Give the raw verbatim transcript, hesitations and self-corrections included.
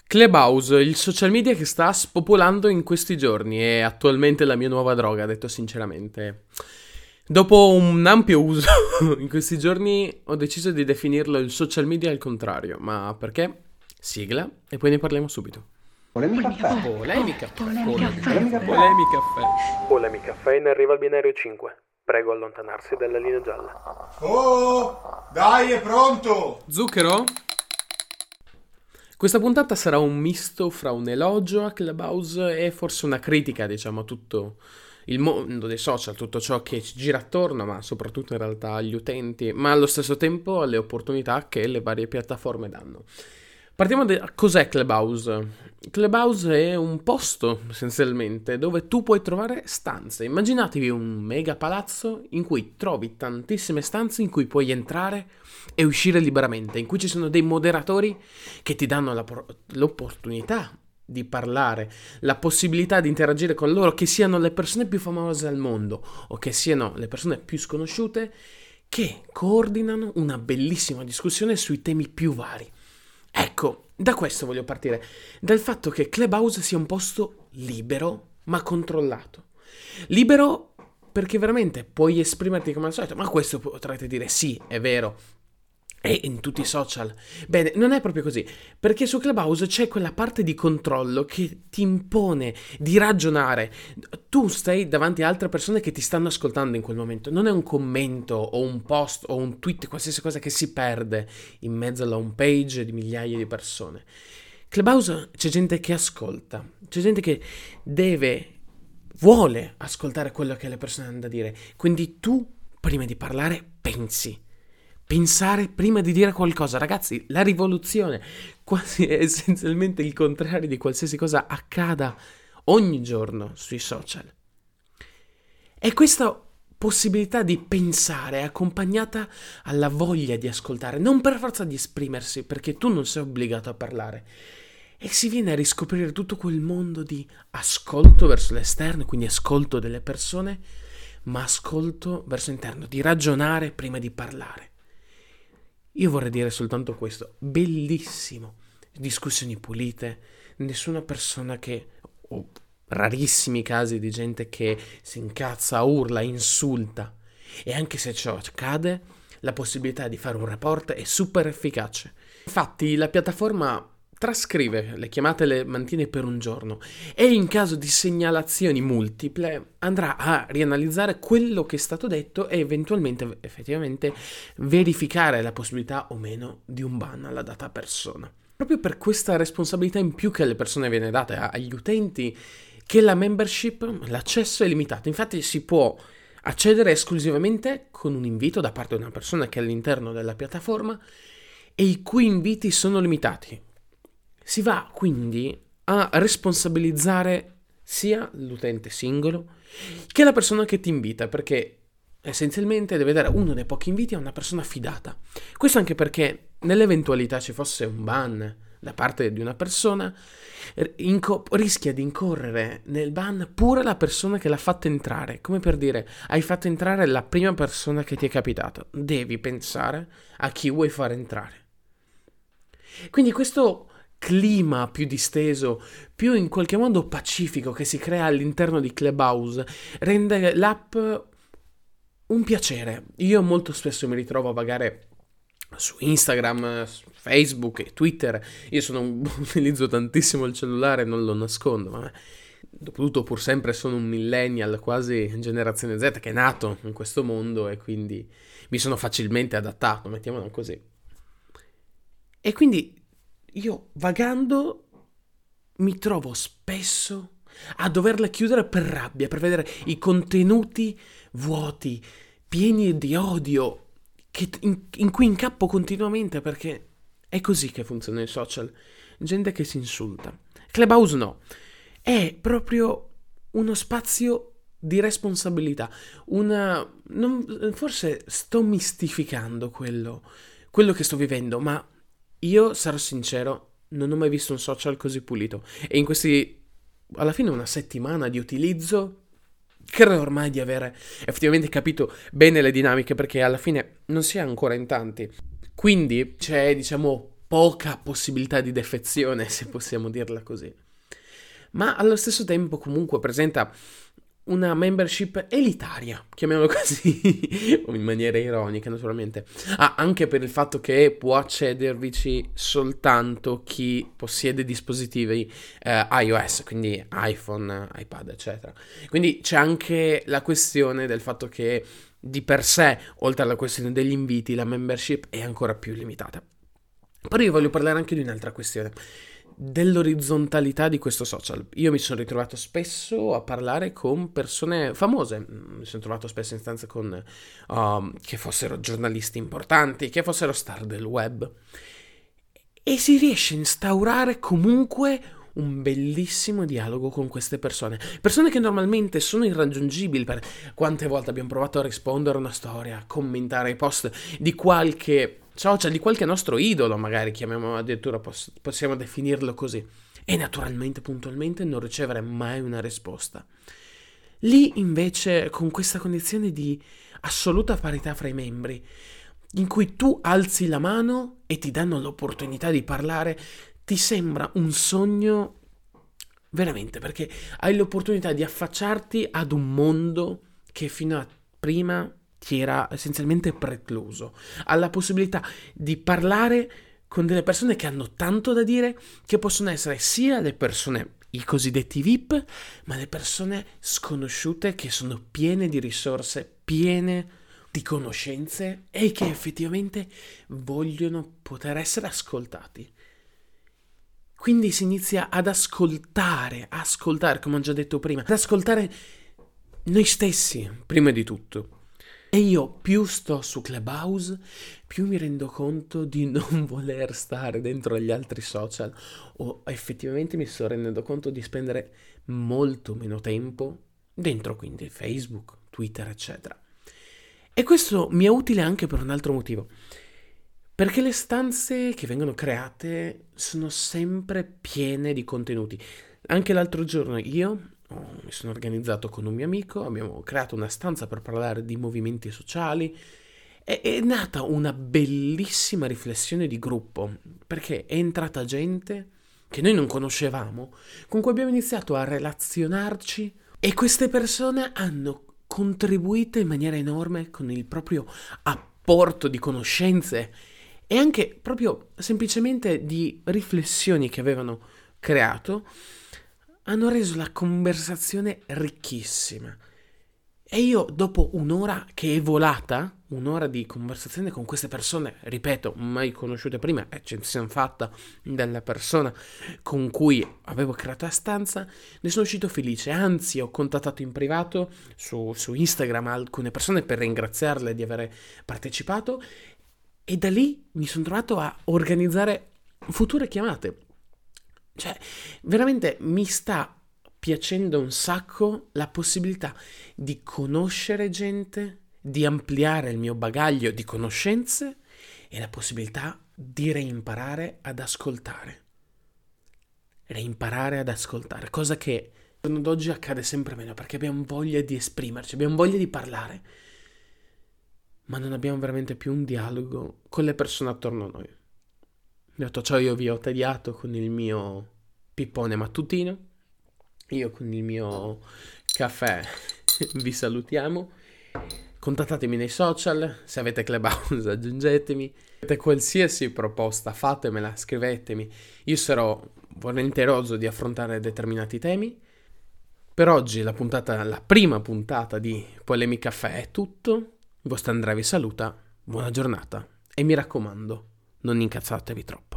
Clubhouse, il social media che sta spopolando in questi giorni, è attualmente la mia nuova droga, detto sinceramente. Dopo un ampio uso in questi giorni ho deciso di definirlo il social media al contrario, ma perché? Sigla e poi ne parliamo subito. Polemica caffè. Polemica, Polemica caffè. polemica, polemica caffè. Polemica caffè ne arriva al binario cinque. Prego allontanarsi dalla linea gialla. Oh, dai, è pronto! Zucchero? Questa puntata sarà un misto fra un elogio a Clubhouse e forse una critica, diciamo, a tutto il mondo dei social, tutto ciò che ci gira attorno, ma soprattutto in realtà agli utenti, ma allo stesso tempo alle opportunità che le varie piattaforme danno. Partiamo da cos'è Clubhouse. Clubhouse è un posto, essenzialmente, dove tu puoi trovare stanze. Immaginatevi un mega palazzo in cui trovi tantissime stanze in cui puoi entrare e uscire liberamente, in cui ci sono dei moderatori che ti danno la, l'opportunità di parlare, la possibilità di interagire con loro, che siano le persone più famose al mondo o che siano le persone più sconosciute, che coordinano una bellissima discussione sui temi più vari. Ecco, da questo voglio partire, dal fatto che Clubhouse sia un posto libero ma controllato. Libero perché veramente puoi esprimerti come al solito, ma questo potrete dire sì, è vero, e in tutti i social. Bene, non è proprio così, perché su Clubhouse c'è quella parte di controllo che ti impone di ragionare. Tu stai davanti a altre persone che ti stanno ascoltando in quel momento. Non è un commento o un post o un tweet, qualsiasi cosa che si perde in mezzo alla home page di migliaia di persone. Clubhouse c'è gente che ascolta, c'è gente che deve, vuole ascoltare quello che le persone hanno da dire. Quindi tu, prima di parlare, pensi. Pensare prima di dire qualcosa, ragazzi, la rivoluzione, quasi è essenzialmente il contrario di qualsiasi cosa accada ogni giorno sui social. E questa possibilità di pensare è accompagnata alla voglia di ascoltare, non per forza di esprimersi, perché tu non sei obbligato a parlare. E si viene a riscoprire tutto quel mondo di ascolto verso l'esterno, quindi ascolto delle persone, ma ascolto verso l'interno, di ragionare prima di parlare. Io vorrei dire soltanto questo, bellissimo, discussioni pulite, nessuna persona che, o rarissimi casi di gente che si incazza, urla, insulta, e anche se ciò accade, la possibilità di fare un report è super efficace. Infatti la piattaforma trascrive le chiamate, le mantiene per un giorno e in caso di segnalazioni multiple andrà a rianalizzare quello che è stato detto e eventualmente effettivamente verificare la possibilità o meno di un ban alla data persona. Proprio per questa responsabilità in più che alle persone viene data agli utenti, che la membership, l'accesso è limitato. Infatti si può accedere esclusivamente con un invito da parte di una persona che è all'interno della piattaforma e i cui inviti sono limitati. Si va quindi a responsabilizzare sia l'utente singolo che la persona che ti invita, perché essenzialmente deve dare uno dei pochi inviti a una persona fidata. Questo anche perché nell'eventualità ci fosse un ban da parte di una persona, inco- rischia di incorrere nel ban pure la persona che l'ha fatta entrare. Come per dire, hai fatto entrare la prima persona che ti è capitato. Devi pensare a chi vuoi far entrare. Quindi questo clima più disteso, più in qualche modo pacifico che si crea all'interno di Clubhouse rende l'app un piacere. Io molto spesso mi ritrovo a vagare su Instagram, Facebook e Twitter. Io sono un, utilizzo tantissimo il cellulare, non lo nascondo, ma dopotutto pur sempre sono un millennial, quasi generazione Z, che è nato in questo mondo e quindi mi sono facilmente adattato, mettiamolo così. E quindi io vagando mi trovo spesso a doverla chiudere per rabbia, per vedere i contenuti vuoti, pieni di odio, che in, in cui incappo continuamente, perché è così che funzionano i social. Gente che si insulta. Clubhouse no. È proprio uno spazio di responsabilità. Una... Non, forse sto mistificando quello, quello che sto vivendo, ma io sarò sincero, non ho mai visto un social così pulito. E in questi, alla fine, una settimana di utilizzo, credo ormai di avere effettivamente capito bene le dinamiche, perché alla fine non si è ancora in tanti. Quindi c'è, diciamo, poca possibilità di defezione, se possiamo dirla così. Ma allo stesso tempo comunque presenta una membership elitaria, chiamiamolo così, o in maniera ironica naturalmente. Ah, anche per il fatto che può accedervici soltanto chi possiede dispositivi eh, iOS, quindi iPhone, iPad, eccetera. Quindi c'è anche la questione del fatto che di per sé, oltre alla questione degli inviti, la membership è ancora più limitata. Però io voglio parlare anche di un'altra questione, dell'orizzontalità di questo social. Io mi sono ritrovato spesso a parlare con persone famose, mi sono trovato spesso in stanze con um, che fossero giornalisti importanti, che fossero star del web, e si riesce a instaurare comunque un bellissimo dialogo con queste persone, persone che normalmente sono irraggiungibili. Per quante volte abbiamo provato a rispondere a una storia, a commentare i post di qualche social, di qualche nostro idolo, magari chiamiamo, addirittura poss- possiamo definirlo così, e naturalmente puntualmente non ricevere mai una risposta. Lì invece, con questa condizione di assoluta parità fra i membri, in cui tu alzi la mano e ti danno l'opportunità di parlare, ti sembra un sogno veramente, perché hai l'opportunità di affacciarti ad un mondo che fino a prima ti era essenzialmente precluso, alla possibilità di parlare con delle persone che hanno tanto da dire, che possono essere sia le persone, i cosiddetti V I P, ma le persone sconosciute che sono piene di risorse, piene di conoscenze e che effettivamente vogliono poter essere ascoltati. Quindi si inizia ad ascoltare, ascoltare, come ho già detto prima, ad ascoltare noi stessi, prima di tutto. E io più sto su Clubhouse, più mi rendo conto di non voler stare dentro agli altri social, o effettivamente mi sto rendendo conto di spendere molto meno tempo dentro, quindi Facebook, Twitter, eccetera. E questo mi è utile anche per un altro motivo. Perché le stanze che vengono create sono sempre piene di contenuti. Anche l'altro giorno io oh, mi sono organizzato con un mio amico, abbiamo creato una stanza per parlare di movimenti sociali. E è nata una bellissima riflessione di gruppo, perché è entrata gente che noi non conoscevamo, con cui abbiamo iniziato a relazionarci, e queste persone hanno contribuito in maniera enorme con il proprio apporto di conoscenze e anche proprio semplicemente di riflessioni che avevano creato, hanno reso la conversazione ricchissima. E io dopo un'ora che è volata, un'ora di conversazione con queste persone, ripeto, mai conosciute prima, eccezione fatta della persona con cui avevo creato la stanza, ne sono uscito felice. Anzi, ho contattato in privato su, su Instagram alcune persone per ringraziarle di aver partecipato, e da lì mi sono trovato a organizzare future chiamate. Cioè, veramente mi sta piacendo un sacco la possibilità di conoscere gente, di ampliare il mio bagaglio di conoscenze e la possibilità di reimparare ad ascoltare. Reimparare ad ascoltare, cosa che al giorno d'oggi accade sempre meno, perché abbiamo voglia di esprimerci, abbiamo voglia di parlare, ma non abbiamo veramente più un dialogo con le persone attorno a noi. Detto ciò, io vi ho tagliato con il mio pippone mattutino, io con il mio caffè vi salutiamo. Contattatemi nei social, se avete Clubhouse aggiungetemi, se avete qualsiasi proposta fatemela, scrivetemi, io sarò volenteroso di affrontare determinati temi. Per oggi la puntata, la prima puntata di Polemica Caffè è tutto. Il vostro Andrea vi saluta, buona giornata e mi raccomando, non incazzatevi troppo.